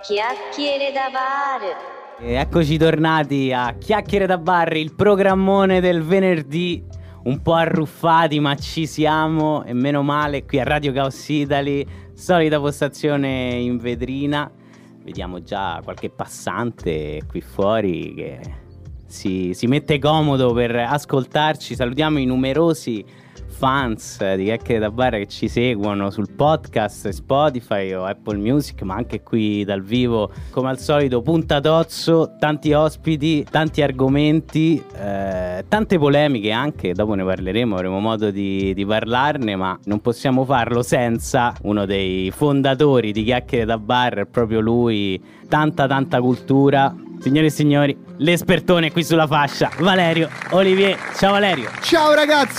Chiacchiere da bar. E eccoci tornati a Chiacchiere da bar, il programmone del venerdì, un po' arruffati ma ci siamo e meno male qui a Radio Caos Italy, solita postazione in vetrina. Vediamo già qualche passante qui fuori che si mette comodo per ascoltarci. Salutiamo i numerosi fans di Chiacchiere da bar che ci seguono sul podcast, Spotify o Apple Music, ma anche qui dal vivo. Come al solito puntatozzo, tanti ospiti, tanti argomenti, tante polemiche anche, dopo ne parleremo, avremo modo di parlarne, ma non possiamo farlo senza uno dei fondatori di Chiacchiere da bar, proprio lui, tanta cultura. Signore e signori, l'espertone qui sulla fascia, Valerio Olivier. Ciao Valerio. Ciao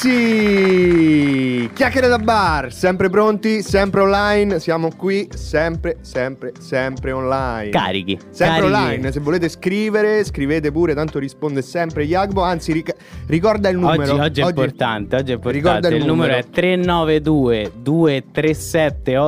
ragazzi, Chiacchiere da bar, sempre pronti, sempre online. Siamo qui, sempre online. Carichi. Online, se volete scrivere, scrivete pure, tanto risponde sempre Jacopo. Anzi, ricorda il numero. Oggi è importante. Ricorda il numero è 392 237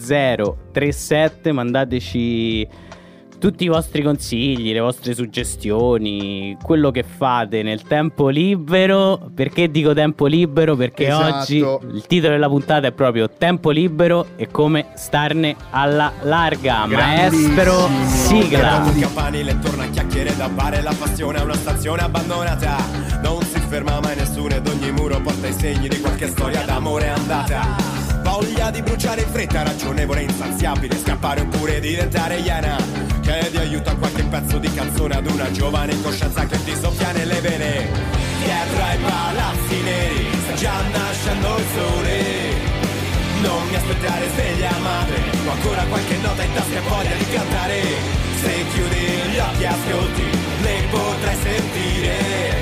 8037. Mandateci tutti i vostri consigli, le vostre suggestioni, quello che fate nel tempo libero. Perché dico tempo libero? Perché oggi il titolo della puntata è proprio Tempo libero e come starne alla larga. Maestro, sigla. Campanile torna a chiacchiere da bar e la passione è una stazione abbandonata. Non si ferma mai nessuno ed ogni muro porta i segni di qualche storia d'amore andata. Voglia di bruciare in fretta, ragionevole e insaziabile, scappare oppure diventare iena. Chiedi aiuto a qualche pezzo di canzone ad una giovane incoscienza che ti soffia nelle vene. Dietro ai palazzi neri sta già nascendo il sole. Non mi aspettare sveglia madre, ho ancora qualche nota in tasca e voglia di cantare. Se chiudi gli occhi e ascolti, le potrai sentire.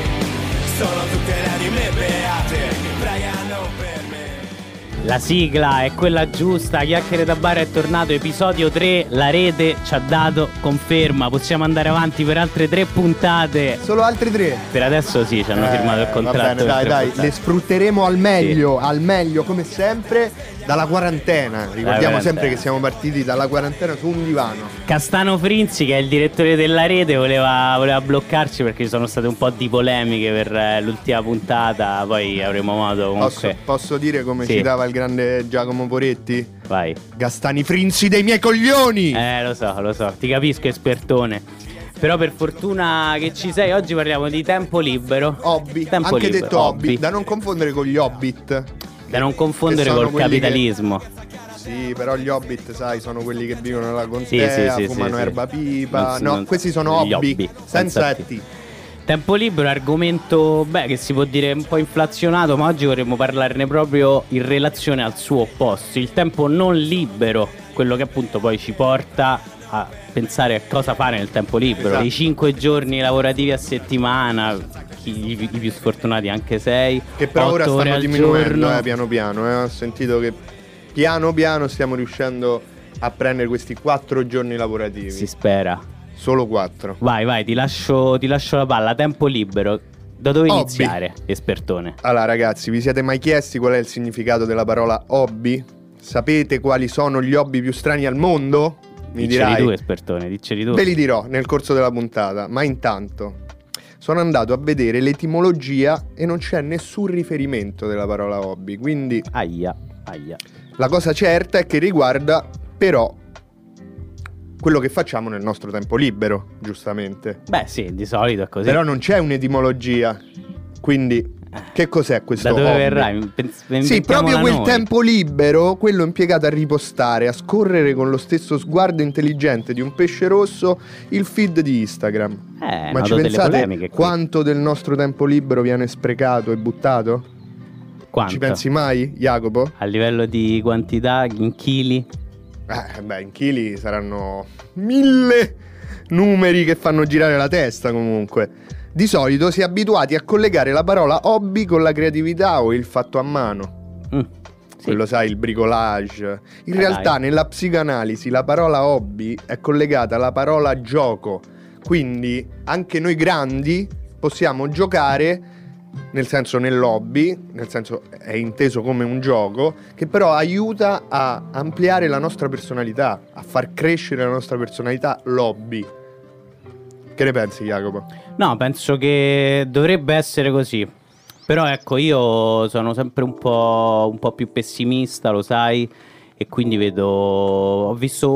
Sono tutte le anime beate che pregano per me. La sigla è quella giusta. Chiacchiere da bar è tornato, episodio 3. La rete ci ha dato conferma. Possiamo andare avanti per altre 3 puntate. Solo altre 3? Per adesso sì, ci hanno firmato il contratto. Va bene, dai, le sfrutteremo al meglio, al meglio come sempre. Dalla quarantena, ricordiamo sempre che siamo partiti dalla quarantena su un divano. Castano Frinzi, che è il direttore della rete, voleva bloccarci perché ci sono state un po' di polemiche per l'ultima puntata. Poi avremo modo comunque. Posso dire come citava il grande Giacomo Poretti? Vai. Gastani Frinzi dei miei coglioni! Lo so, ti capisco, espertone. Però per fortuna che ci sei, oggi parliamo di tempo libero. Hobby, tempo anche libero, detto hobby, da non confondere con gli Hobbit. Da non confondere col capitalismo. Sì, però gli Hobbit, sai, sono quelli che vivono nella contea, fumano erba pipa. Questi sono hobby, senza T. Tempo libero, argomento che si può dire un po' inflazionato, ma oggi vorremmo parlarne proprio in relazione al suo opposto, il tempo non libero, quello che appunto poi ci porta a pensare a cosa fare nel tempo libero. Esatto. I 5 giorni lavorativi a settimana, i più sfortunati anche 6, che però ora stanno diminuendo piano piano. Ho sentito che piano piano stiamo riuscendo a prendere questi 4 giorni lavorativi. Si spera. Solo 4. Vai, ti lascio la palla. Tempo libero. Da dove iniziare, espertone? Allora ragazzi, vi siete mai chiesti qual è il significato della parola hobby? Sapete quali sono gli hobby più strani al mondo? Dicceli tu, espertone, dicceli tu. Ve li dirò nel corso della puntata, ma intanto sono andato a vedere l'etimologia e non c'è nessun riferimento della parola hobby, quindi Aia. La cosa certa è che riguarda però quello che facciamo nel nostro tempo libero, giustamente. Beh sì, di solito è così. Però non c'è un'etimologia, quindi che cos'è questo hobby? Da dove verrà? Sì, proprio quel tempo libero, quello impiegato a ripostare, a scorrere con lo stesso sguardo intelligente di un pesce rosso il feed di Instagram. Ma ci pensate quanto del nostro tempo libero viene sprecato e buttato? Quanto? Ci pensi mai, Jacopo? A livello di quantità, in chili? In chili saranno 1000 numeri che fanno girare la testa comunque. Di solito si è abituati a collegare la parola hobby con la creatività o il fatto a mano. Sì. Quello sai, il bricolage. In realtà nella psicoanalisi la parola hobby è collegata alla parola gioco. Quindi anche noi grandi possiamo giocare nel senso nell'hobby, nel senso è inteso come un gioco, che però aiuta a ampliare la nostra personalità, a far crescere la nostra personalità, l'hobby. Che ne pensi, Jacopo? No, penso che dovrebbe essere così. Però ecco, io sono sempre un po' più pessimista, lo sai, e quindi ho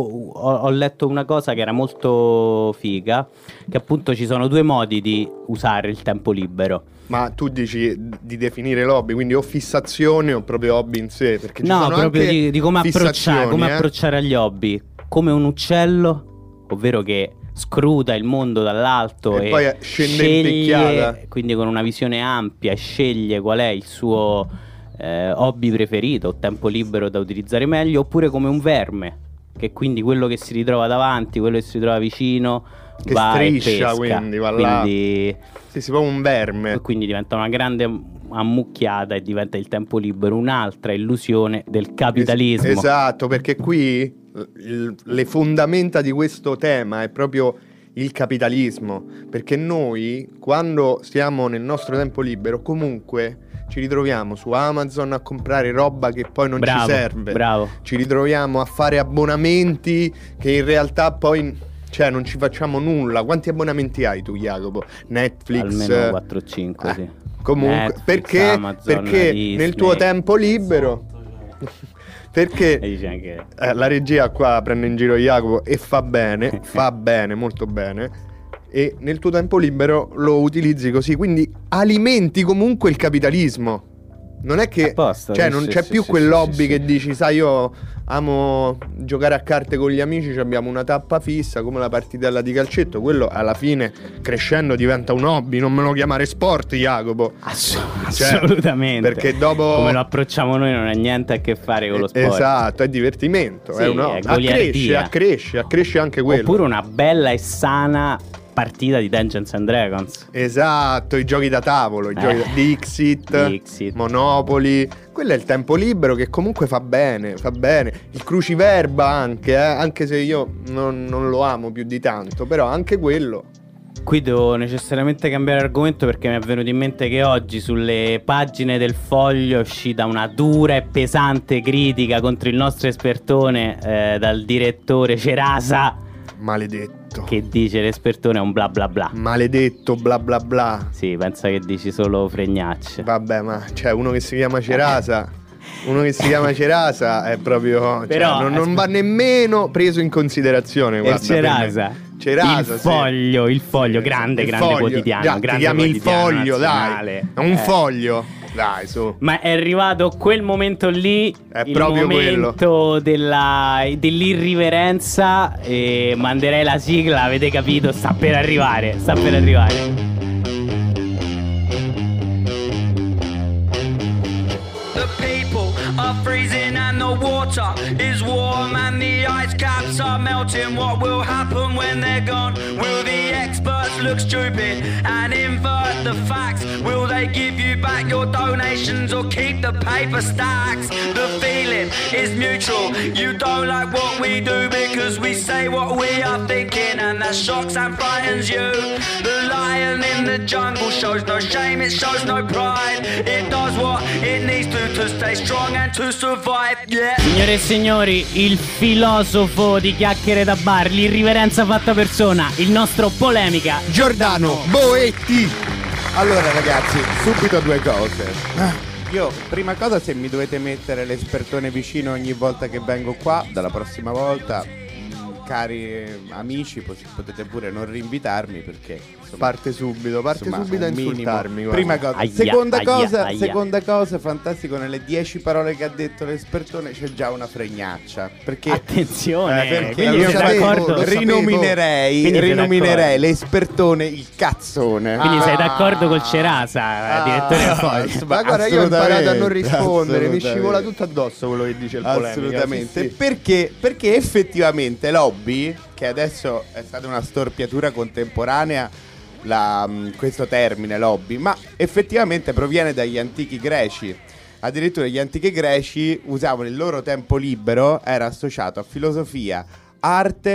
letto una cosa che era molto figa, che appunto ci sono due modi di usare il tempo libero. Ma tu dici di definire l'hobby, quindi o fissazione o proprio hobby in sé? Perché ci No, sono proprio anche di come fissazioni, approcciare agli hobby. Come un uccello, ovvero che scruta il mondo dall'alto E poi scende in picchiata. quindi con una visione ampia, sceglie qual è il suo hobby preferito o tempo libero da utilizzare meglio, oppure come un verme, che quindi quello che si ritrova davanti, quello che si ritrova vicino, che va striscia, e pesca. quindi va là. Quindi si può un verme. quindi diventa una grande ammucchiata e diventa il tempo libero un'altra illusione del capitalismo. Esatto, perché qui le fondamenta di questo tema è proprio il capitalismo, perché noi quando siamo nel nostro tempo libero comunque ci ritroviamo su Amazon a comprare roba che poi non ci serve. Bravo. Ci ritroviamo a fare abbonamenti che in realtà poi, cioè, non ci facciamo nulla. Quanti abbonamenti hai tu, Jacopo? Netflix? Almeno 4-5, sì. Comunque, Netflix, Amazon, perché Disney. nel tuo tempo libero perché E dice anche la regia qua prende in giro Jacopo e fa bene, molto bene. E nel tuo tempo libero lo utilizzi così, quindi alimenti comunque il capitalismo. Non è che, Apposta, cioè, sì, non sì, c'è sì, più sì, quell'hobby sì, che sì. dici, sai, io amo giocare a carte con gli amici, abbiamo una tappa fissa come la partitella di calcetto. Quello alla fine crescendo diventa un hobby, non me lo chiamare sport, Jacopo. assolutamente. Perché dopo come lo approcciamo noi non ha niente a che fare con lo sport. Esatto, è divertimento, Sì, è un hobby. è goliardia. Accresce anche quello. Oppure una bella e sana partita di Dungeons and Dragons. Esatto, i giochi da tavolo, i giochi Dixit, Dixit. Monopoly. Quello è il tempo libero che comunque fa bene, fa bene. Il cruciverba anche se io non lo amo più di tanto, però anche quello. Qui devo necessariamente cambiare argomento perché mi è venuto in mente che oggi sulle pagine del Foglio è uscita una dura e pesante critica contro il nostro espertone dal direttore Cerasa, Maledetto. che dice l'espertone è un bla bla bla. Maledetto bla bla bla. Sì, pensa che dici solo fregnacce. Vabbè, ma c'è uno che si chiama Cerasa. Uno che si chiama Cerasa è proprio, Però, cioè, non va nemmeno preso in considerazione. E Guarda, Cerasa. per me. Cerasa, il sì. foglio, il foglio, Sì, grande, il grande Foglio. quotidiano. Già, ti grande chiami il quotidiano Foglio, nazionale. dai. È un foglio. Dai, su. Ma è arrivato quel momento lì, È il proprio momento dell'irriverenza, e manderei la sigla, avete capito, sta per arrivare, sta per arrivare. The people are freezing and the water is warm and the ice caps are melting. What will happen when they're gone? Will the experts look stupid and invert the facts? Will they give you back your donations or keep the paper stacks? The feeling is mutual. You don't like what we do because we say what we are thinking, and that shocks and frightens you. The lion in the jungle shows no shame, it shows no pride. It does what it needs to stay strong and to survive, yeah. Signore e signori, il filosofo di chiacchiere da bar, l'irriverenza fatta persona, il nostro polemica Giordano Boetti. Allora ragazzi, subito due cose. Io, prima cosa, se mi dovete mettere l'espertone vicino ogni volta che vengo qua, dalla prossima volta, cari amici, potete pure non rinvitarmi perché insomma, Parte subito a insomma, un minimo. insultarmi. guarda. Prima cosa. Aia, Seconda cosa, fantastico, nelle 10 parole che ha detto l'espertone c'è già una fregnaccia. Perché attenzione, perché quindi lo sei sapevo, d'accordo? lo sapevo. rinominerei Quindi sei d'accordo. l'espertone il cazzone. Quindi sei d'accordo col Cerasa, direttore del Foglio? Ma guarda, io ho imparato a non rispondere, mi assolutamente. scivola tutto addosso quello che dice il polemica. Assolutamente. Sì, sì. Perché effettivamente l'hobby, che adesso è stata una storpiatura contemporanea, questo termine l'hobby, ma effettivamente proviene dagli antichi greci. Addirittura gli antichi greci usavano il loro tempo libero, era associato a filosofia, arte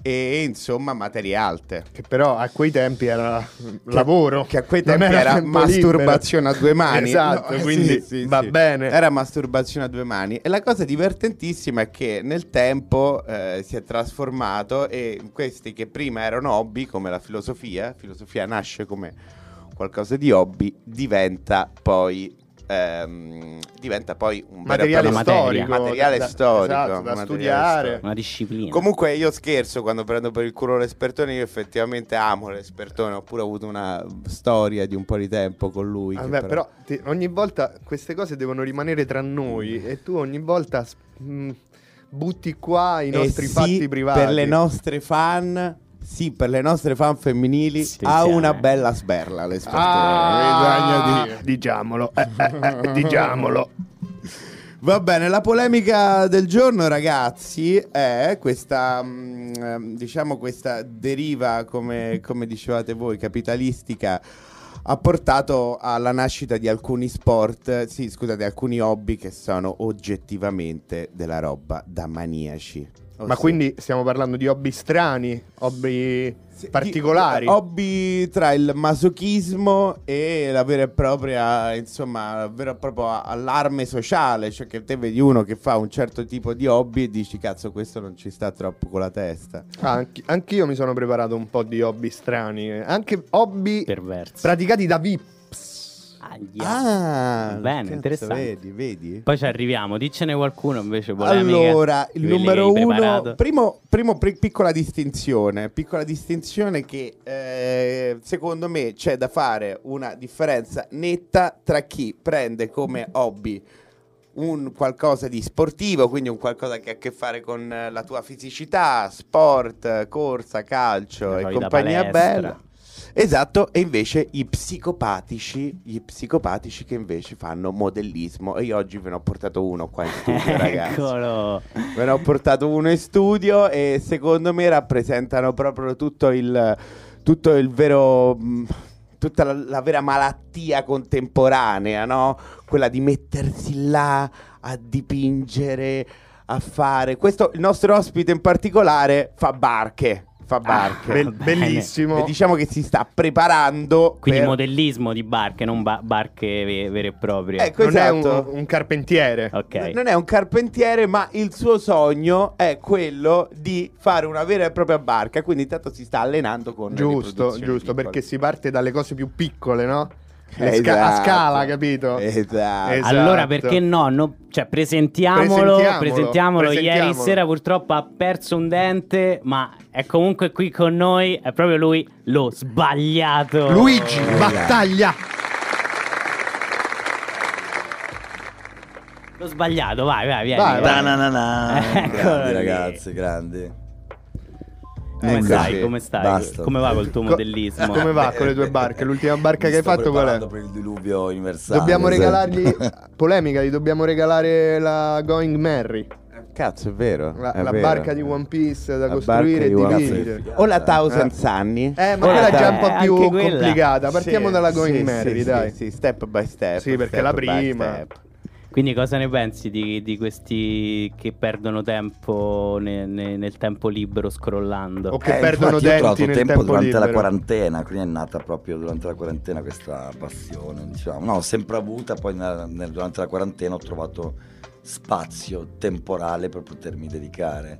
e insomma materie alte. Che però a quei tempi era lavoro. Che a quei non tempi era tempo masturbazione libero. a due mani. Esatto, No, quindi sì, va sì. bene. Era masturbazione a due mani. E la cosa divertentissima è che nel tempo si è trasformato, e questi che prima erano hobby, come la filosofia nasce come qualcosa di hobby, diventa poi un Materiale vero e proprio storico, materiale storico, esatto, da materiale studiare. storico. Una disciplina. Comunque io scherzo quando prendo per il culo l'espertone. Io effettivamente amo l'espertone. Ho pure avuto una storia di un po' di tempo con lui. che Vabbè, però ogni volta queste cose devono rimanere tra noi e tu ogni volta butti qua i nostri fatti privati. Per le nostre fan. Sì, per le nostre fan femminili Sì, ha sì, una bella sberla l'espertone. Diciamolo. Diciamolo. Va bene, la polemica del giorno, ragazzi, è questa, diciamo, questa deriva, come dicevate voi, capitalistica, ha portato alla nascita di alcuni sport, sì, scusate, alcuni hobby che sono oggettivamente della roba da maniaci. Ma quindi stiamo parlando di hobby strani, hobby particolari? Hobby tra il masochismo e la vera e propria, insomma, la vera e propria allarme sociale. Cioè che te vedi uno che fa un certo tipo di hobby e dici cazzo, questo non ci sta troppo con la testa. Anch'io mi sono preparato un po' di hobby strani, anche hobby Perversi. praticati da VIP. Bene, cazzo, interessante. vedi? Poi ci arriviamo, diccene qualcuno invece polemica. Allora, il Quelli numero che hai uno, preparato. piccola distinzione che secondo me c'è da fare una differenza netta tra chi prende come hobby un qualcosa di sportivo, quindi un qualcosa che ha a che fare con la tua fisicità, sport, corsa, calcio La e solita compagnia palestra. bella. Esatto, e invece i psicopatici che invece fanno modellismo. E io oggi ve ne ho portato uno qua in studio, ragazzi. Eccolo. Ve ne ho portato uno in studio e secondo me rappresentano proprio tutto il vero, tutta la vera malattia contemporanea, no? Quella di mettersi là a dipingere, a fare. Questo, il nostro ospite in particolare, fa barche. Bellissimo. E diciamo che si sta preparando. Quindi per... modellismo di barche, non barche vere e proprie. Ecco, Non esatto. è un carpentiere. Ok. Non è un carpentiere, ma il suo sogno è quello di fare una vera e propria barca. Quindi intanto si sta allenando con le Giusto, produzioni piccole. perché si parte dalle cose più piccole, no? Esatto. A scala, capito? Esatto. Allora perché no? Cioè presentiamolo. Presentiamolo. Ieri sera purtroppo ha perso un dente, ma è comunque qui con noi. È proprio lui, lo sbagliato Luigi, battaglia. Lo sbagliato, vai, vieni. Vai. Eccolo Grandi lì. ragazzi, grandi. Come stai? Basta. Come va col tuo modellismo? Come va con le tue barche? L'ultima barca che hai fatto qual è? Per il diluvio universale. Dobbiamo sai. regalargli polemica, gli dobbiamo regalare la Going Merry, Cazzo, è vero. la vero. barca di One Piece da La costruire e barca di One dipingere. Piece. O la Thousand Sunny. Ma quella è già un po' più anche quella. complicata. Partiamo Sì, dalla Going sì, Merry, sì, dai. Sì, step by step. Sì, perché step la by prima. step. Quindi cosa ne pensi di questi che perdono tempo nel tempo libero scrollando? O che perdono infatti io ho denti trovato nel tempo tempo durante la libero. quarantena, quindi è nata proprio durante la quarantena questa passione, diciamo. No, ho sempre avuta, poi durante la quarantena ho trovato spazio temporale per potermi dedicare.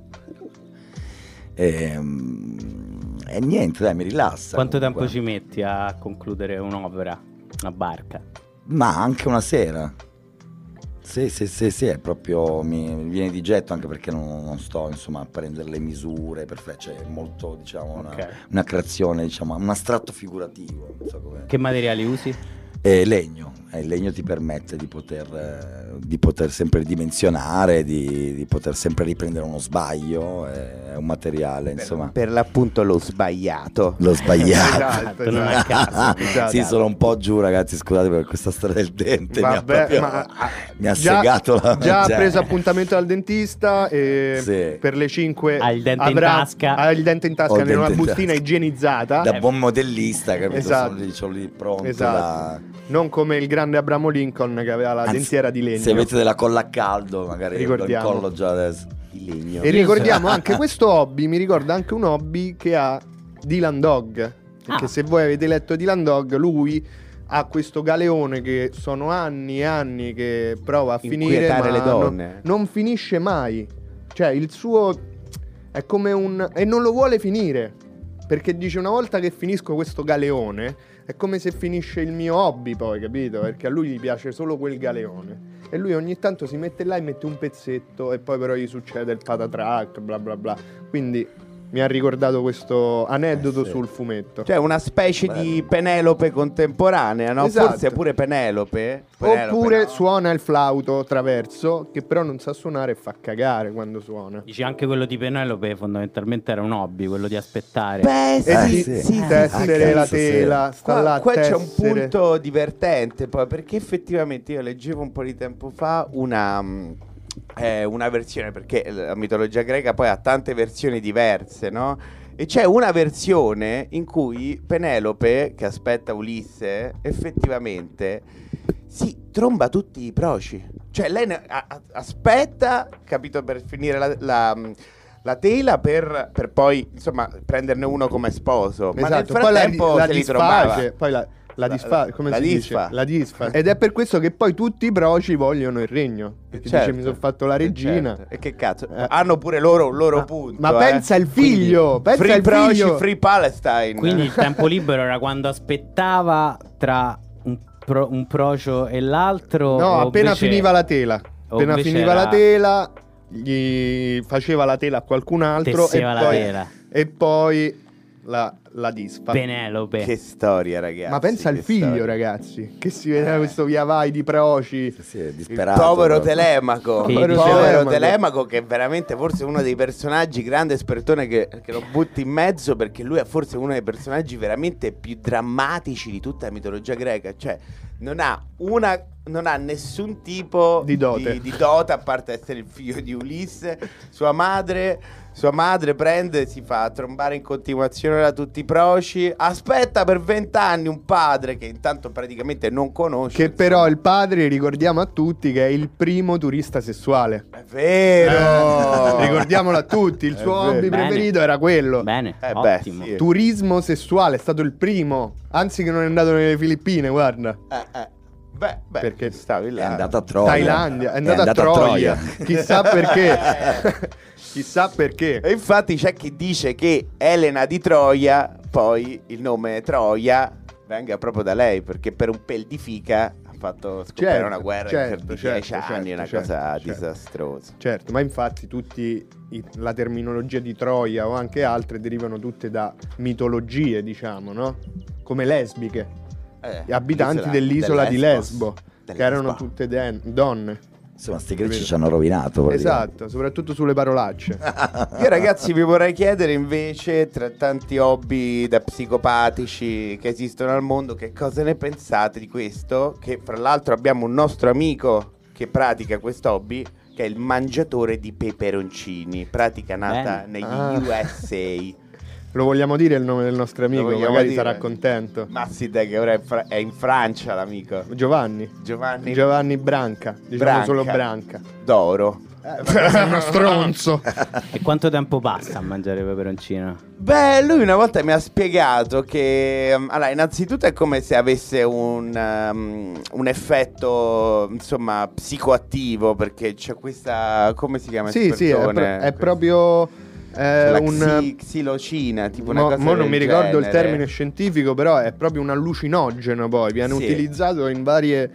E niente, dai, mi rilassa. Quanto comunque. tempo ci metti a concludere un'opera, una barca? Ma anche una sera. Sì, è proprio mi viene di getto, anche perché non sto insomma a prendere le misure, cioè è molto, diciamo, Ok. una creazione, diciamo, un astratto figurativo, non so come. Che materiali usi? Legno, il legno ti permette di poter sempre ridimensionare, di poter sempre riprendere uno sbaglio, è un materiale, insomma. Per l'appunto lo sbagliato. L'ho sbagliato. Esatto, Non a caso. esatto. Sì, sono un po' giù, ragazzi, scusate per questa storia del dente. Vabbè, mi ha segato la già ha cioè- preso appuntamento dal dentista e Sì. per le 5 Ha il dente in tasca. Ha il dente in tasca Ho il in una dente in bustina tasca. igienizzata. Da buon modellista, capito? Esatto. Sono lì pronto Esatto. Non come il grande Abramo Lincoln che aveva la Anzi, dentiera di legno. Se avete della colla a caldo, magari il Ricordiamo. collo già adesso. di legno. E ricordiamo anche questo hobby, mi ricorda anche un hobby che ha Dylan Dog. Perché se voi avete letto Dylan Dog, lui ha questo galeone che sono anni e anni che prova a finire, Inquietare ma le donne. non finisce mai. Cioè il suo è come un... e non lo vuole finire. Perché dice, una volta che finisco questo galeone è come se finisce il mio hobby poi, capito? Perché a lui gli piace solo quel galeone. E lui ogni tanto si mette là e mette un pezzetto e poi però gli succede il patatrack, bla bla bla. Quindi mi ha ricordato questo aneddoto sul fumetto. Cioè una specie di Penelope contemporanea, no? Esatto. Forse pure Penelope. Oppure no. suona il flauto traverso, che però non sa suonare e fa cagare quando suona. Dici anche quello di Penelope fondamentalmente era un hobby, quello di aspettare. Beh, E sì. tessere la cazzo, sì. tela, sta là a Qua c'è un tessere. punto divertente poi, perché effettivamente io leggevo un po' di tempo fa una versione, perché la mitologia greca poi ha tante versioni diverse, no? E c'è una versione in cui Penelope, che aspetta Ulisse, effettivamente si tromba tutti i proci. Cioè lei aspetta, capito, per finire la tela per poi, insomma, prenderne uno come sposo. Ma nel Esatto, poi frattempo la se li trombava. disface, poi la disfa, come la si disfa. dice? La disfa. Ed è per questo che poi tutti i proci vogliono il regno. Perché Certo. dice, mi sono fatto la regina. Certo. E che cazzo, hanno pure loro un loro punto. Ma pensa il figlio, pensa Free al proci, figlio. free Palestine. Quindi il tempo libero era quando aspettava tra un procio e l'altro? No, o appena invece- finiva la tela. o Appena invece finiva era- la tela, gli faceva la tela a qualcun altro Tesseva la tela. e poi la disfa. Penelope. Che storia, ragazzi. Ma pensa al che figlio, storia. ragazzi, che si vedeva questo via vai di proci. Sì, è Il disperato. povero proprio. Telemaco. Che Il dice- povero Telemaco, che è veramente forse uno dei personaggi, grande spertone, che lo butti in mezzo, perché lui è forse uno dei personaggi veramente più drammatici di tutta la mitologia greca. Cioè non ha nessun tipo Di dote. di dote, a parte essere il figlio di Ulisse. Sua madre prende, si fa trombare in continuazione da tutti i proci, aspetta per 20 anni un padre che intanto praticamente non conosce. Che però il padre, ricordiamo a tutti, che è il primo turista sessuale. È vero. Ricordiamolo a tutti, il È suo vero. hobby Bene. preferito era quello. Bene, Beh, ottimo. sì. Turismo sessuale, è stato il primo. Anzi che non è andato nelle Filippine, guarda. Beh, Perché stavi là. È andato a Troia. Thailandia, è andato a Troia. Chissà perché. Chissà perché. E infatti c'è chi dice che Elena di Troia, poi il nome Troia, venga proprio da lei, perché per un pel di fica ha fatto scoppiare Certo, una guerra certo, per 10 certo, anni, una certo, cosa certo. disastrosa. Certo, ma infatti la terminologia di Troia o anche altre derivano tutte da mitologie, diciamo, no? Come lesbiche. Gli abitanti dell'isola di Lesbo, che erano tutte donne. Insomma, sti greci ci hanno rovinato. praticamente. Esatto, soprattutto sulle parolacce. Io ragazzi vi vorrei chiedere invece, tra tanti hobby da psicopatici che esistono al mondo, che cosa ne pensate di questo? Che fra l'altro abbiamo un nostro amico che pratica questo hobby, che è il mangiatore di peperoncini, pratica nata Bene. negli USA. Lo vogliamo dire il nome del nostro amico? Lo vogliamo Magari dire? sarà contento. Ma sì, dai, che ora è in Francia l'amico. Giovanni Branca. Diciamo Branca. solo Branca. d'oro. È uno stronzo. E quanto tempo passa a mangiare peperoncino? Beh, lui una volta mi ha spiegato che allora, innanzitutto è come se avesse un effetto, insomma, psicoattivo, perché c'è questa, come si chiama? Sì, sì, è proprio la un xilocina, tipo una mo cosa non del mi ricordo il genere. termine scientifico, però è proprio un allucinogeno, poi viene Sì. utilizzato in varie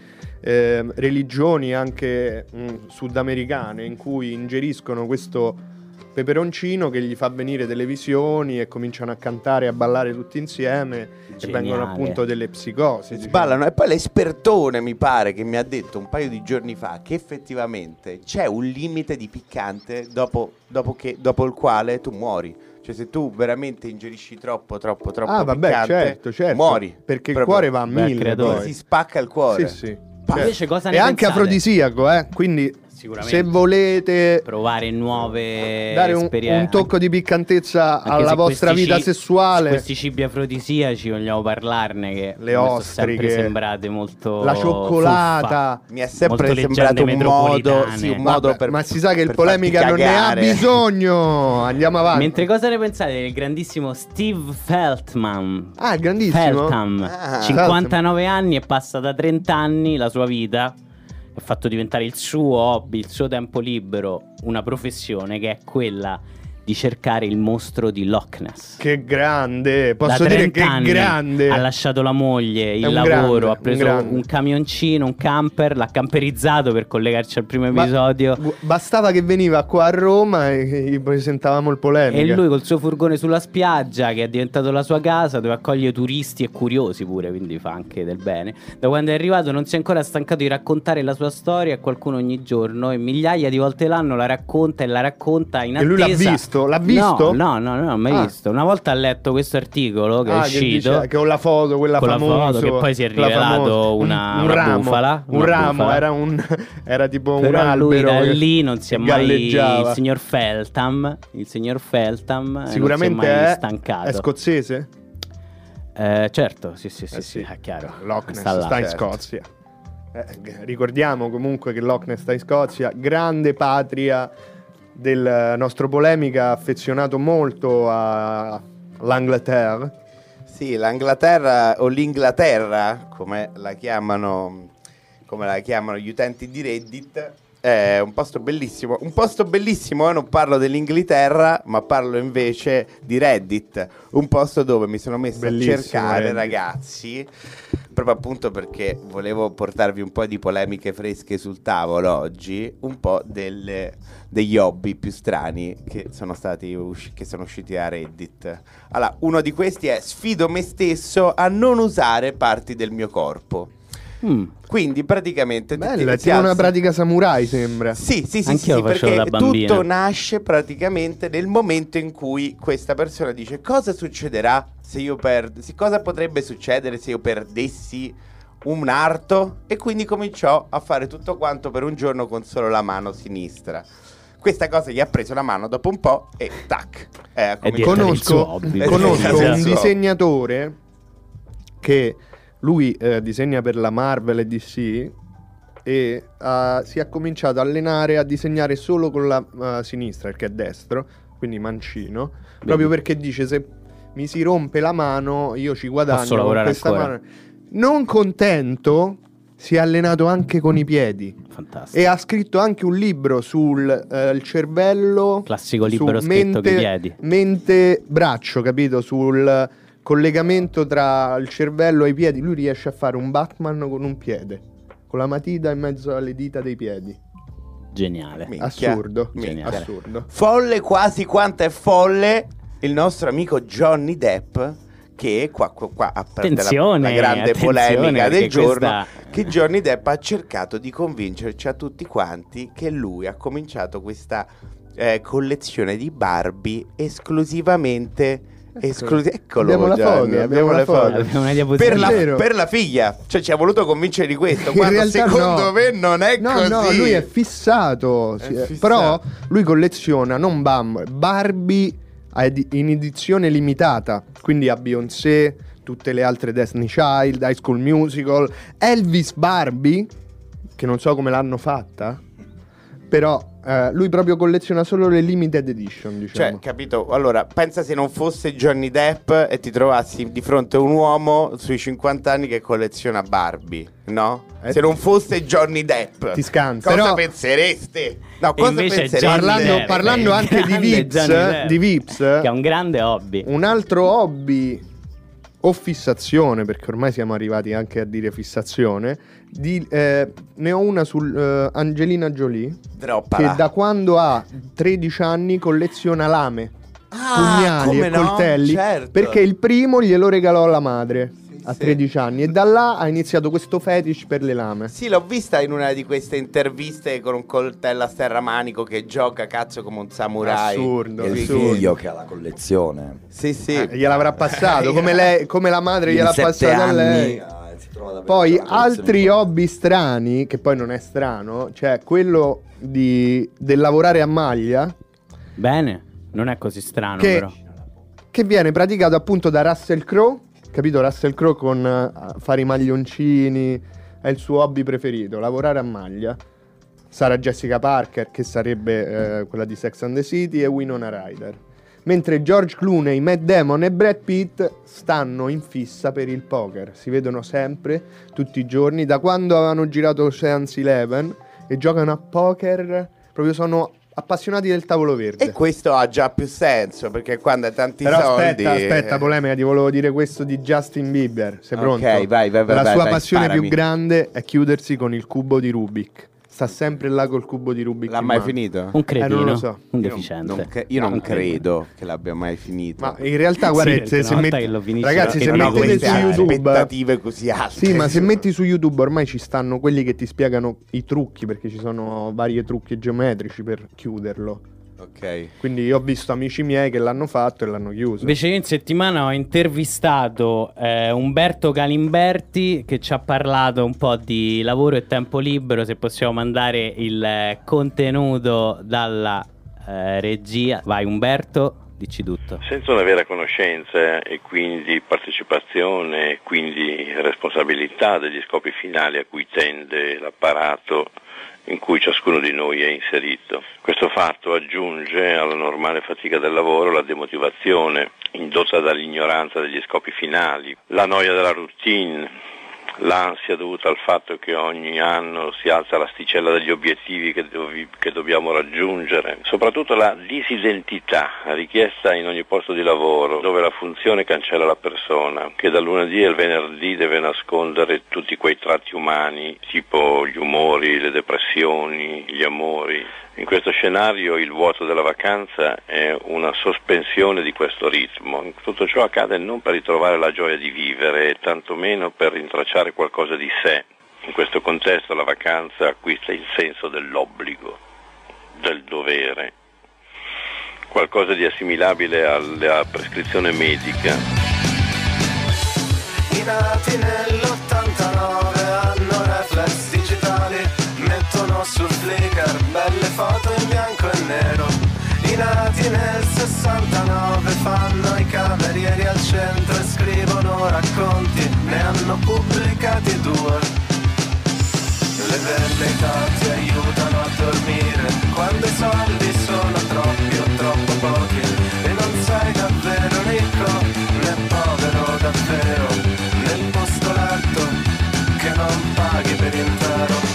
religioni anche sudamericane, in cui ingeriscono questo peperoncino che gli fa venire delle visioni e cominciano a cantare e a ballare tutti insieme e Geniale. vengono appunto delle psicosi, diciamo. Sballano. E poi l'espertone mi pare che mi ha detto un paio di giorni fa che effettivamente c'è un limite di piccante dopo il quale tu muori. Cioè se tu veramente ingerisci troppo Ah, vabbè, piccante, certo, muori. perché il Proprio. cuore va a Beh, 1000 credo. poi. Si spacca il cuore. Sì, sì. Ma invece cosa ne è anche pensate? afrodisiaco, quindi Sicuramente. Se volete provare nuove dare un esperienze, tocco di piccantezza anche alla se vostra questi vita sessuale, questi cibi afrodisiaci vogliamo parlarne, che le mi sono ostriche, sempre sembrate molto la cioccolata. Mi è sempre molto sembrato un leggende modo, metropolitane. sì, un modo Vabbè, per ma si sa che il per polemica farti non ne ha cagare. bisogno. Andiamo avanti. Mentre cosa ne pensate del grandissimo Steve Feldman? Ah, il grandissimo. Feldman, Ah. 59 anni e passa da 30 anni la sua vita, ha fatto diventare il suo hobby, il suo tempo libero, una professione che è quella di cercare il mostro di Loch Ness. Che grande, posso Da dire 30 che anni grande. ha lasciato la moglie, il un lavoro, grande, ha preso un grande. un camioncino, un camper, l'ha camperizzato per collegarci al primo episodio. Bastava che veniva qua a Roma e gli presentavamo il polemica. E lui col suo furgone sulla spiaggia, che è diventato la sua casa, dove accoglie turisti e curiosi pure, quindi fa anche del bene. Da quando è arrivato non si è ancora stancato di raccontare la sua storia a qualcuno ogni giorno, e migliaia di volte l'anno la racconta in attesa. E lui l'ha visto? L'ha visto? No, non l'ho mai Ah. visto. Una volta ha letto questo articolo che è uscito, che ho la foto, quella con la famosa, foto, che poi si è quella rivelato famosa. una ramo, bufala, un una ramo, bufala. era tipo un Però albero. lui da che lì non si è mai, galleggiava. il signor Feltham Sicuramente non si è mai è stancato. scozzese? Certo, sì, sì. è chiaro. Loch Ness Sta là, sta in certo. Scozia. Ricordiamo comunque che Loch Ness sta in Scozia, grande patria del nostro polemica, affezionato molto all'Angleterra. Sì, l'Anglaterra o l'Inghilterra, come la chiamano gli utenti di Reddit, è un posto bellissimo. Un posto bellissimo, non parlo dell'Inghilterra, ma parlo invece di Reddit, un posto dove mi sono messo Bellissimo, a cercare, Reddit. ragazzi, proprio appunto perché volevo portarvi un po' di polemiche fresche sul tavolo oggi, un po' degli hobby più strani che sono usciti da Reddit. Allora, uno di questi è: sfido me stesso a non usare parti del mio corpo. Quindi praticamente Bella, è tipo una pratica samurai, sembra. sì, Anch'io lo facevo perché da bambino. tutto nasce praticamente nel momento in cui questa persona dice: cosa succederà se io cosa potrebbe succedere se io perdessi un arto? E quindi cominciò a fare tutto quanto per un giorno con solo la mano sinistra. Questa cosa gli ha preso la mano dopo un po' e tac. diventato il suo hobby. Conosco Sì, un sì. disegnatore che lui disegna per la Marvel e DC e si è cominciato a allenare a disegnare solo con la sinistra, perché è destro, quindi mancino, proprio perché dice: se mi si rompe la mano io ci guadagno Posso con lavorare questa ancora. mano. Non contento, si è allenato anche con i piedi. Fantastico. E ha scritto anche un libro sul il cervello. Classico libro su scritto coi piedi. Mente-braccio, capito? Sul collegamento tra il cervello e i piedi. Lui riesce a fare un Batman con un piede, con la matita in mezzo alle dita dei piedi. Geniale. Minchia. Assurdo. Geniale. Assurdo. Folle quasi quanto è folle il nostro amico Johnny Depp, che qua a parte Attenzione, la grande attenzione, polemica perché del giorno, questa- che Johnny Depp ha cercato di convincerci a tutti quanti che lui ha cominciato questa collezione di Barbie esclusivamente eccolo Abbiamo la Gianni, foto, abbiamo le foto. Abbiamo una Per diapositiva. È vero. per la figlia, cioè ci ha voluto convincere di questo, In quando realtà secondo no. me non è No, così. no, lui è fissato. Fissato. Però lui colleziona non Barbie in edizione limitata. Quindi a Beyoncé, tutte le altre Destiny Child, High School Musical, Elvis Barbie, che non so come l'hanno fatta, però lui proprio colleziona solo le limited edition, diciamo. Cioè, capito? Allora, pensa se non fosse Johnny Depp e ti trovassi di fronte a un uomo sui 50 anni che colleziona Barbie, no? Se non fosse Johnny Depp, Ti scansa. cosa Però- pensereste? No, E cosa invece pensereste? Johnny Depp, parlando il anche di grande Vips, Johnny Depp, di Vips, che ha un grande hobby. un altro hobby o fissazione, perché ormai siamo arrivati anche a dire fissazione, ne ho una sul Angelina Jolie, Droppala. che da quando ha 13 anni colleziona lame, pugnali come e no? coltelli, Certo. perché il primo glielo regalò la madre a sì. 13 anni, e da là ha iniziato questo fetish per le lame. Sì, l'ho vista in una di queste interviste con un coltello a serramanico che gioca cazzo come un samurai. Assurdo, E il assurdo. figlio che ha la collezione. Sì, sì. Gliel'avrà passato come la madre In gliel'ha 7 passato a lei. anni ha iniziato trova davvero Poi una collezione altri di cose. hobby strani, che poi non è strano, cioè quello del lavorare a maglia, Bene, non è così strano che, però. che viene praticato appunto da Russell Crowe, capito? Russell Crowe con fare i maglioncini, è il suo hobby preferito, lavorare a maglia. Sarah Jessica Parker, che sarebbe quella di Sex and the City, e Winona Ryder. Mentre George Clooney, Matt Damon e Brad Pitt stanno in fissa per il poker. Si vedono sempre, tutti i giorni, da quando avevano girato Ocean's 11, e giocano a poker, proprio sono appassionati del tavolo verde. E questo ha già più senso, perché quando hai tanti Però soldi... aspetta, polemica, ti volevo dire questo di Justin Bieber. Sei pronto? Ok, vai, La vai, sua vai, passione sparami. più grande è chiudersi con il cubo di Rubik. Sta sempre là col cubo di Rubik. L'ha in mai mano. finito? Un cretino, non lo so. un Io deficiente. io non No, credo che l'abbia mai finito. Ma in realtà, guarda, Sì, perché se una volta metti- che lo finisci, ragazzi, che se non ho mettete queste su YouTube, aspettative così alte. sì, ma se metti su YouTube ormai ci stanno quelli che ti spiegano i trucchi, perché ci sono vari trucchi geometrici per chiuderlo. Ok. Quindi io ho visto amici miei che l'hanno fatto e l'hanno chiuso. Invece io in settimana ho intervistato Umberto Galimberti, che ci ha parlato un po' di lavoro e tempo libero. Se possiamo mandare il contenuto dalla regia. Vai Umberto, dici tutto. Senza una vera conoscenza e quindi partecipazione e quindi responsabilità degli scopi finali a cui tende l'apparato in cui ciascuno di noi è inserito. Questo fatto aggiunge alla normale fatica del lavoro la demotivazione indotta dall'ignoranza degli scopi finali, la noia della routine, l'ansia dovuta al fatto che ogni anno si alza l'asticella degli obiettivi che dobbiamo raggiungere, soprattutto la disidentità richiesta in ogni posto di lavoro, dove la funzione cancella la persona, che dal lunedì al venerdì deve nascondere tutti quei tratti umani, tipo gli umori, le depressioni, gli amori. In questo scenario il vuoto della vacanza è una sospensione di questo ritmo. Tutto ciò accade non per ritrovare la gioia di vivere, tantomeno per rintracciare qualcosa di sé. In questo contesto la vacanza acquista il senso dell'obbligo, del dovere, qualcosa di assimilabile alla prescrizione medica. I nati nell'89 hanno reflex digitali, mettono sul Flickr belle foto in bianco e nero. I nati nel 69 fanno i camerieri al centro e scrivono racconti, ne hanno pubblicati 2. Le velleità ti aiutano a dormire quando i soldi sono troppi o troppo pochi e non sei davvero ricco né povero davvero, nel posto letto che non paghi per intero.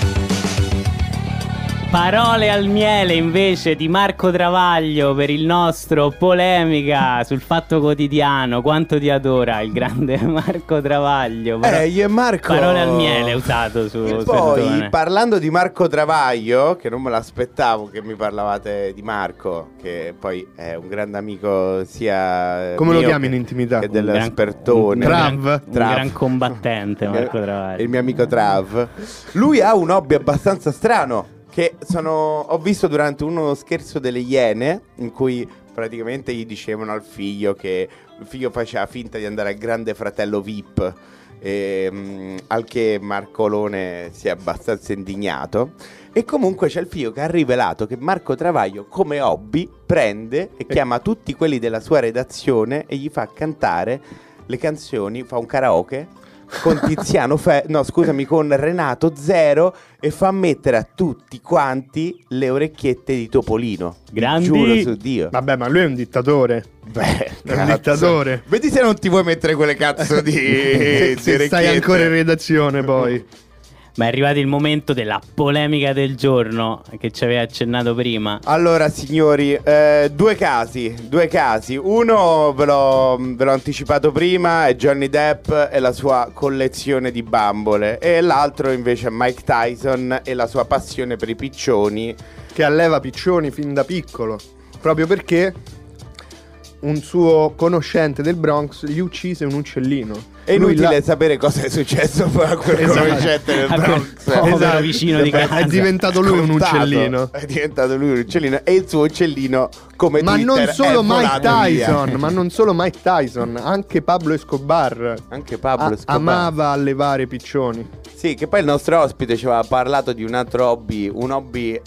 Parole al miele invece di Marco Travaglio per il nostro polemica sul Fatto Quotidiano. Quanto ti adora il grande Marco Travaglio. Io e Marco... Parole al miele usato su E poi, Serdone. parlando di Marco Travaglio, che non me l'aspettavo che mi parlavate di Marco, che poi è un grande amico sia Come lo mio chiami in intimità? che Un gran- dell'Aspertone. Trav? un gran combattente Marco Travaglio. Il mio amico Trav. Lui ha un hobby abbastanza strano che ho visto durante uno scherzo delle Iene, in cui praticamente gli dicevano al figlio che il figlio faceva finta di andare al Grande Fratello VIP, al che Marcolone si è abbastanza indignato. E comunque c'è il figlio che ha rivelato che Marco Travaglio come hobby prende e chiama tutti quelli della sua redazione e gli fa cantare le canzoni, fa un karaoke con Tiziano con Renato Zero, e fa mettere a tutti quanti le orecchiette di Topolino. Grandi! Giuro su Dio. Vabbè, ma lui è un dittatore. Beh, È un cazzo. dittatore. Vedi se non ti vuoi mettere quelle cazzo di, Se di stai orecchiette. ancora in redazione poi. Ma è arrivato il momento della polemica del giorno che ci aveva accennato prima. Allora signori, due casi. Uno ve l'ho anticipato prima, è Johnny Depp e la sua collezione di bambole. E l'altro invece è Mike Tyson e la sua passione per i piccioni. Che alleva piccioni fin da piccolo. Proprio perché un suo conoscente del Bronx gli uccise un uccellino. È inutile sapere cosa è successo poi a quel conoscente del A quel Bronx. povero vicino di casa. È diventato lui un Contato. uccellino. È diventato lui un uccellino. E il suo uccellino, come Ma Twitter, non solo è Mike volato via. Tyson, ma non solo Mike Tyson, anche Pablo Escobar. Anche Pablo Escobar. Amava allevare piccioni. Sì, che poi il nostro ospite ci aveva parlato di un altro hobby, un hobby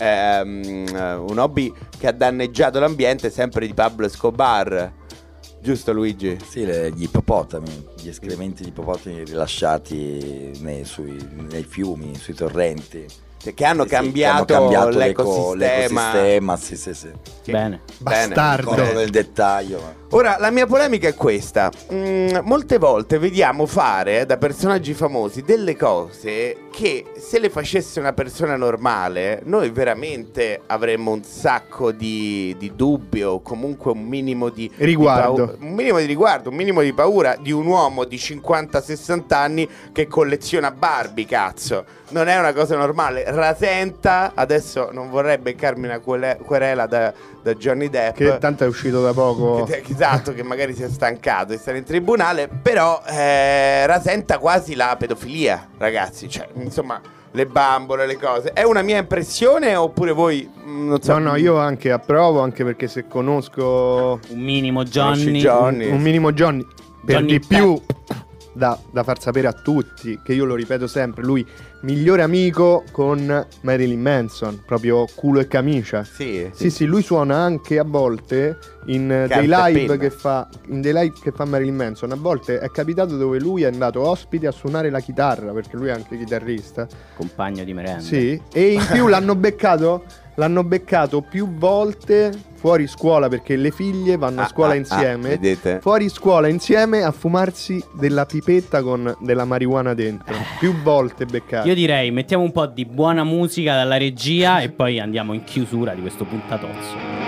che ha danneggiato l'ambiente, sempre di Pablo Escobar. Giusto, Luigi? Sì, gli ippopotami, gli escrementi di ippopotami rilasciati nei fiumi, sui torrenti. Che hanno Sì, cambiato, che hanno cambiato l'ecosistema. Sì. Bene. Bastardo. Ricordo nel dettaglio. Ora, la mia polemica è questa. Molte volte vediamo fare da personaggi famosi delle cose che se le facesse una persona normale, noi veramente avremmo un sacco di dubbi o comunque un minimo di Riguardo. un minimo di riguardo, un minimo di paura di un uomo di 50-60 anni che colleziona Barbie, cazzo. Non è una cosa normale. Rasenta, adesso non vorrei beccarmi una querela da Johnny Depp, Che tanto è uscito da poco. esatto, che magari si è stancato di stare in tribunale, però rasenta quasi la pedofilia, ragazzi, cioè insomma le bambole, le cose. È una mia impressione oppure voi non so? No, io anche approvo, anche perché se conosco Un minimo Conosci Johnny. Johnny? un minimo Johnny, per Johnny di più da far sapere a tutti, che io lo ripeto sempre, lui migliore amico con Marilyn Manson, proprio culo e camicia. Sì. Lui suona anche a volte in dei Carta e live penna. che fa Marilyn Manson. A volte è capitato dove lui è andato ospite a suonare la chitarra, perché lui è anche chitarrista. Compagno di merenda. Sì, e in più l'hanno beccato più volte fuori scuola, perché le figlie vanno a scuola insieme. Vedete? Fuori scuola insieme a fumarsi della pipetta con della marijuana dentro. Più volte beccati. Io direi mettiamo un po' di buona musica dalla regia e poi andiamo in chiusura di questo puntatozzo.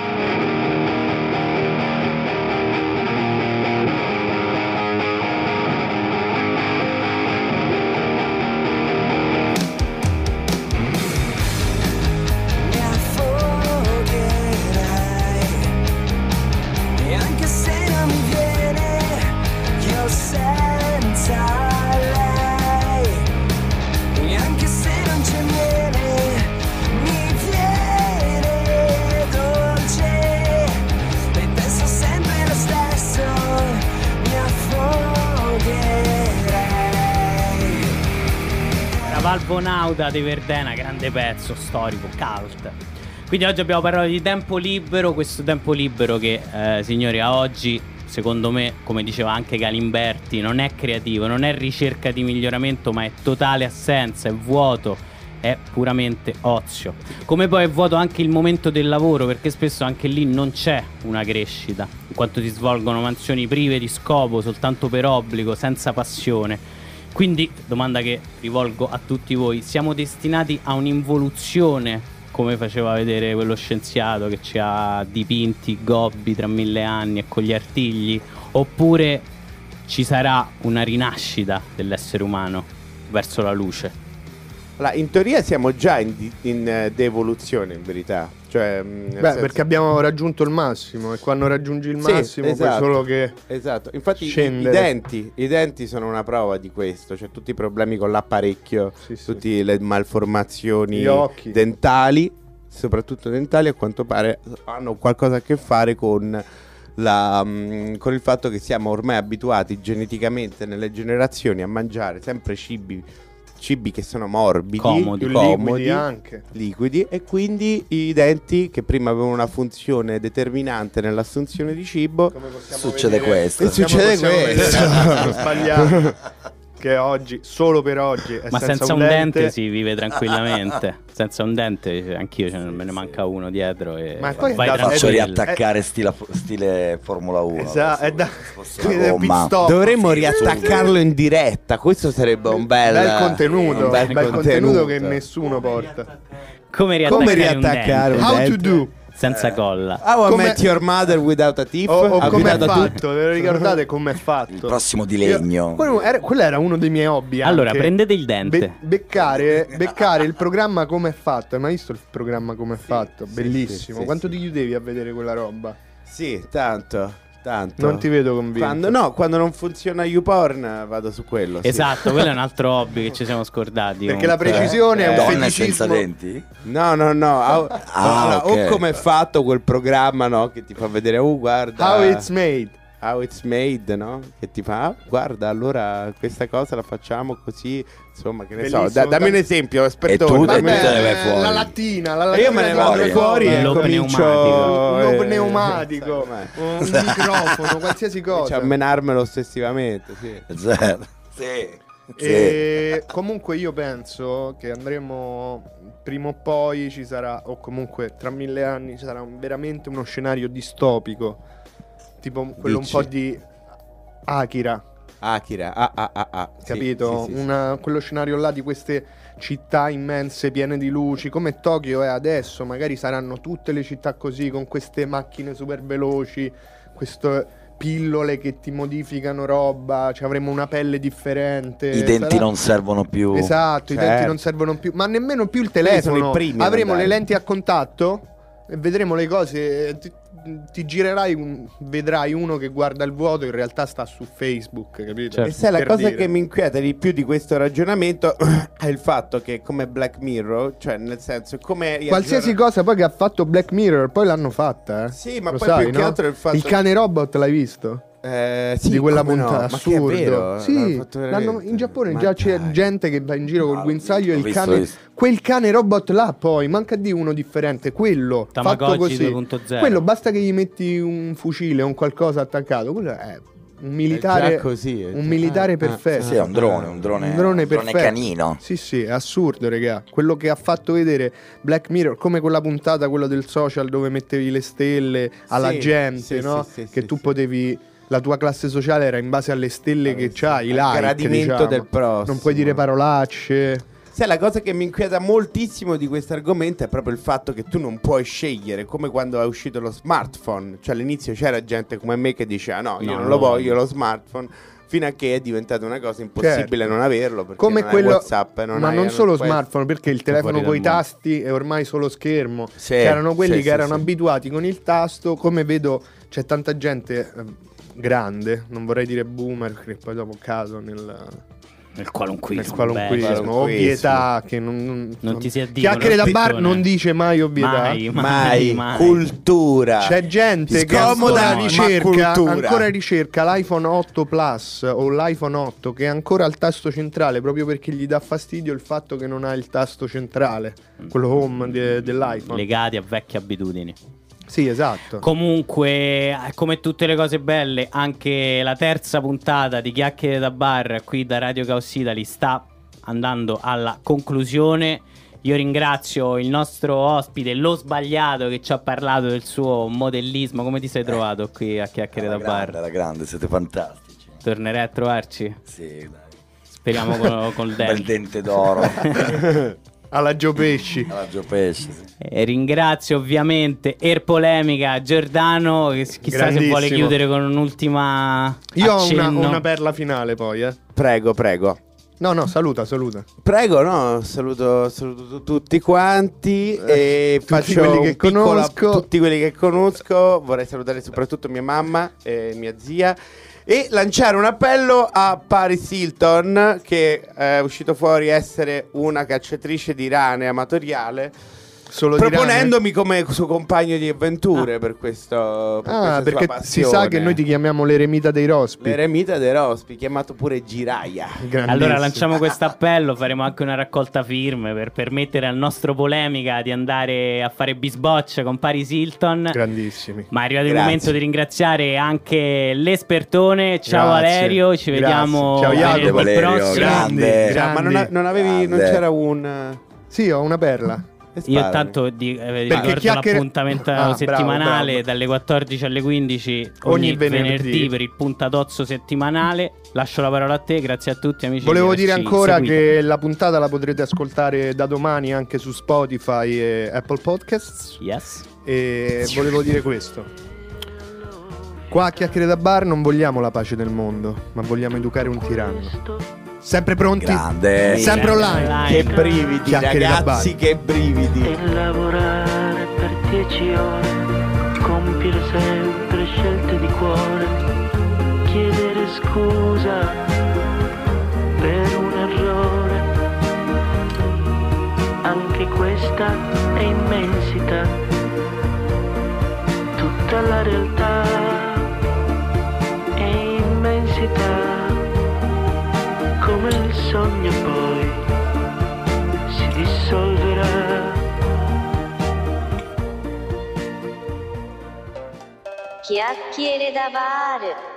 E anche se non mi viene, io senza lei. E anche se non c'è miele, mi viene dolce. E penso sempre lo stesso, mi affogherei. La Valvonauta di Verdena, grande pezzo storico, cult. Quindi oggi abbiamo parlato di tempo libero, questo tempo libero che, signori, a oggi, secondo me, come diceva anche Galimberti, non è creativo, non è ricerca di miglioramento, ma è totale assenza, è vuoto, è puramente ozio. Come poi è vuoto anche il momento del lavoro, perché spesso anche lì non c'è una crescita, in quanto si svolgono mansioni prive di scopo, soltanto per obbligo, senza passione. Quindi, domanda che rivolgo a tutti voi, siamo destinati a un'involuzione, come faceva vedere quello scienziato che ci ha dipinti gobbi tra 1000 anni e con gli artigli, oppure ci sarà una rinascita dell'essere umano verso la luce? Allora, in teoria siamo già in devoluzione, in verità. Cioè, nel senso- perché abbiamo raggiunto il massimo, e quando raggiungi il Sì, massimo esatto. puoi solo che Esatto, infatti scendere. i denti sono una prova di questo, cioè tutti i problemi con l'apparecchio, Sì, sì. tutte le malformazioni Gli occhi. dentali, soprattutto dentali, a quanto pare hanno qualcosa a che fare con con il fatto che siamo ormai abituati geneticamente nelle generazioni a mangiare sempre cibi che sono morbidi, Comodi. più liquidi anche. liquidi, e quindi i denti, che prima avevano una funzione determinante nell'assunzione di cibo, Succede questo. E succede questo. Sbagliato. Che oggi, solo per oggi, è Ma senza un dente si vive tranquillamente. Senza un dente, anch'io me ne manca uno dietro e Ma poi vai è da- Faccio tranquillo. riattaccare stile Formula 1. Esatto, è da Sposto la gomma. pit stop. dovremmo riattaccarlo in diretta. Questo sarebbe un bel contenuto, un bel bel contenuto che nessuno porta. Come Come riattaccare un riattaccare un dente How to do? senza colla? How I Come- Met Your Mother Without a Teeth. O come è Without a tooth. fatto? Ve lo ricordate com'è fatto? Il prossimo di legno. Quello era uno dei miei hobby. Allora, anche. prendete il dente. Beccare il programma come è fatto. Hai mai visto il programma come è fatto? Bellissimo. sì, Quanto sì. ti chiudevi a vedere quella roba? Sì, tanto. Tanto. Non ti vedo convinto. Quando non funziona YouPorn vado su quello. Sì. Esatto, quello è un altro hobby che ci siamo scordati. Perché la comunque. precisione è un Donne feticismo. senza denti? No. Allora, ok. o come è fatto quel programma, no? Che ti fa vedere, guarda. How it's made. How it's made, no? Che ti fa, guarda, allora questa cosa la facciamo così. Insomma, che ne so. Bellissimo, Dammi un esempio, E espertone. tu dammi- te ne vai fuori. La lattina Io me ne vado fuori. fuori e Lo comincio pneumatico. uno pneumatico, un microfono, qualsiasi cosa. a menarmelo ossessivamente, sì. Zero. Sì. E comunque io penso che andremo prima o poi ci sarà, o comunque tra 1000 anni ci sarà veramente uno scenario distopico, tipo quello Dici? un po' di Akira, Akira, capito? Sì, sì. Quello scenario là di queste città immense piene di luci, come Tokyo è adesso. Magari saranno tutte le città così, con queste macchine super veloci, queste pillole che ti modificano roba, cioè avremo una pelle differente. I denti non servono più. Esatto, i Certo. denti non servono più, ma nemmeno più il Quelli sono telefono. i primi ad Avremo andare. le lenti a contatto e vedremo le cose. Ti girerai, vedrai uno che guarda il vuoto, in realtà sta su Facebook, capito? Certo. E sai, la Per cosa dire. che mi inquieta di più di questo ragionamento è il fatto che, come Black Mirror, cioè nel senso, come Qualsiasi cosa poi che ha fatto Black Mirror, poi l'hanno fatta, eh. Sì, ma Lo poi sai, più che no? altro il fatto Il cane robot l'hai visto? sì, Di quella come no, puntata, ma che è assurdo. vero, l'hanno Sì, fatto veramente. in Giappone Ma già c'è dai. gente che va in giro col Ah, guinzaglio e ho il visto, cane. ho visto. Quel cane robot là, poi manca di uno differente. Quello fatto Tamagotchi così. 2.0. Quello basta che gli metti un fucile o un qualcosa attaccato. Quello è un militare. È già così, è un già- militare ah, perfetto. Sì, è un drone perfetto. canino. Sì, sì, è assurdo, regà. Quello che ha fatto vedere Black Mirror, come quella puntata, quello del social dove mettevi le stelle alla Sì, gente, sì, no? sì, sì, che sì, tu sì. potevi. La tua classe sociale era in base alle stelle che c'hai, i il like, gradimento diciamo. del prossimo. Non puoi dire parolacce. Sai, la cosa che mi inquieta moltissimo di questo argomento è proprio il fatto che tu non puoi scegliere, come quando è uscito lo smartphone. Cioè all'inizio c'era gente come me che diceva no, io No, non lo no. voglio lo smartphone, fino a che è diventata una cosa impossibile non averlo, perché Come non hai quello, WhatsApp, ma non solo puoi- smartphone, perché il telefono fuori con i dal mondo. tasti è ormai solo schermo. Sì, C'erano quelli sì, che sì, erano sì. abituati con il tasto. Come vedo, c'è tanta gente grande, non vorrei dire boomer, perché poi dopo caso Nel qualunquismo. nel qualunquismo, qualunquismo. ovvietà che non ti si addicono, chiacchiere da bar Spettone. non dice mai ovvietà. mai cultura. C'è gente che Scomoda, ancora ma ricerca, cultura. l'iPhone 8 Plus o l'iPhone 8 che è ancora al tasto centrale, proprio perché gli dà fastidio il fatto che non ha il tasto centrale, quello home dell'iPhone. Legati a vecchie abitudini. Sì, esatto. Comunque, come tutte le cose belle, anche la terza puntata di Chiacchiere da Bar qui da Radio Caos Italy sta andando alla conclusione. Io ringrazio il nostro ospite, lo sbagliato, che ci ha parlato del suo modellismo. Come ti sei trovato qui a Chiacchiere da Bar? Alla grande, siete fantastici. Tornerai a trovarci? Sì, dai. Speriamo col Bel dente d'oro. Alla Gio Pesci. Alla Gio Pesci. Sì. E ringrazio ovviamente Polemica Giordano, che chissà se Grandissimo. vuole chiudere con un'ultima Io ho accenno. una perla finale poi, Prego. No, saluta. Prego, no, saluto tutti quanti e tutti faccio quelli che un piccolo- conosco. tutti quelli che conosco. Vorrei salutare soprattutto mia mamma e mia zia e lanciare un appello a Paris Hilton, che è uscito fuori essere una cacciatrice di rane amatoriale, Solo di proponendomi come suo compagno di avventure per questo per questa perché sua si sa passione. che noi ti chiamiamo l'eremita dei rospi. L'eremita dei Rospi, chiamato pure Giraia. Grandissimo. Allora lanciamo questo appello, faremo anche una raccolta firme per permettere al nostro Polemica di andare a fare bisbocce con Paris Hilton. Grandissimi. Ma è arrivato il Grazie. momento di ringraziare anche l'espertone. Ciao Grazie. Valerio, ci Grazie. vediamo Ciao, venerdì Jacopo. Valerio, prossimo. grande. Ma non Grande. c'era un Sì, ho una perla. Io intanto ricordo chiacchiere- l'appuntamento Ah, settimanale bravo. dalle 14 alle 15 Ogni ogni venerdì. venerdì per il puntatozzo settimanale. Lascio la parola a te, grazie a tutti amici. Volevo che dire ci ancora seguite. che la puntata la potrete ascoltare da domani anche su Spotify e Apple Podcasts. Yes. E volevo dire questo. Qua a Chiacchiere da Bar non vogliamo la pace del mondo, ma vogliamo educare un tiranno. Sempre pronti? Grande. Sempre online. Che brividi, Chiacchiere da ragazzi, bar. che brividi. E lavorare per 10 ore, compiere sempre le scelte di cuore, chiedere scusa per un errore. Anche questa è immensità, tutta la realtà è immensità, come il sogno poi si dissolverà. Chiacchiere da bar.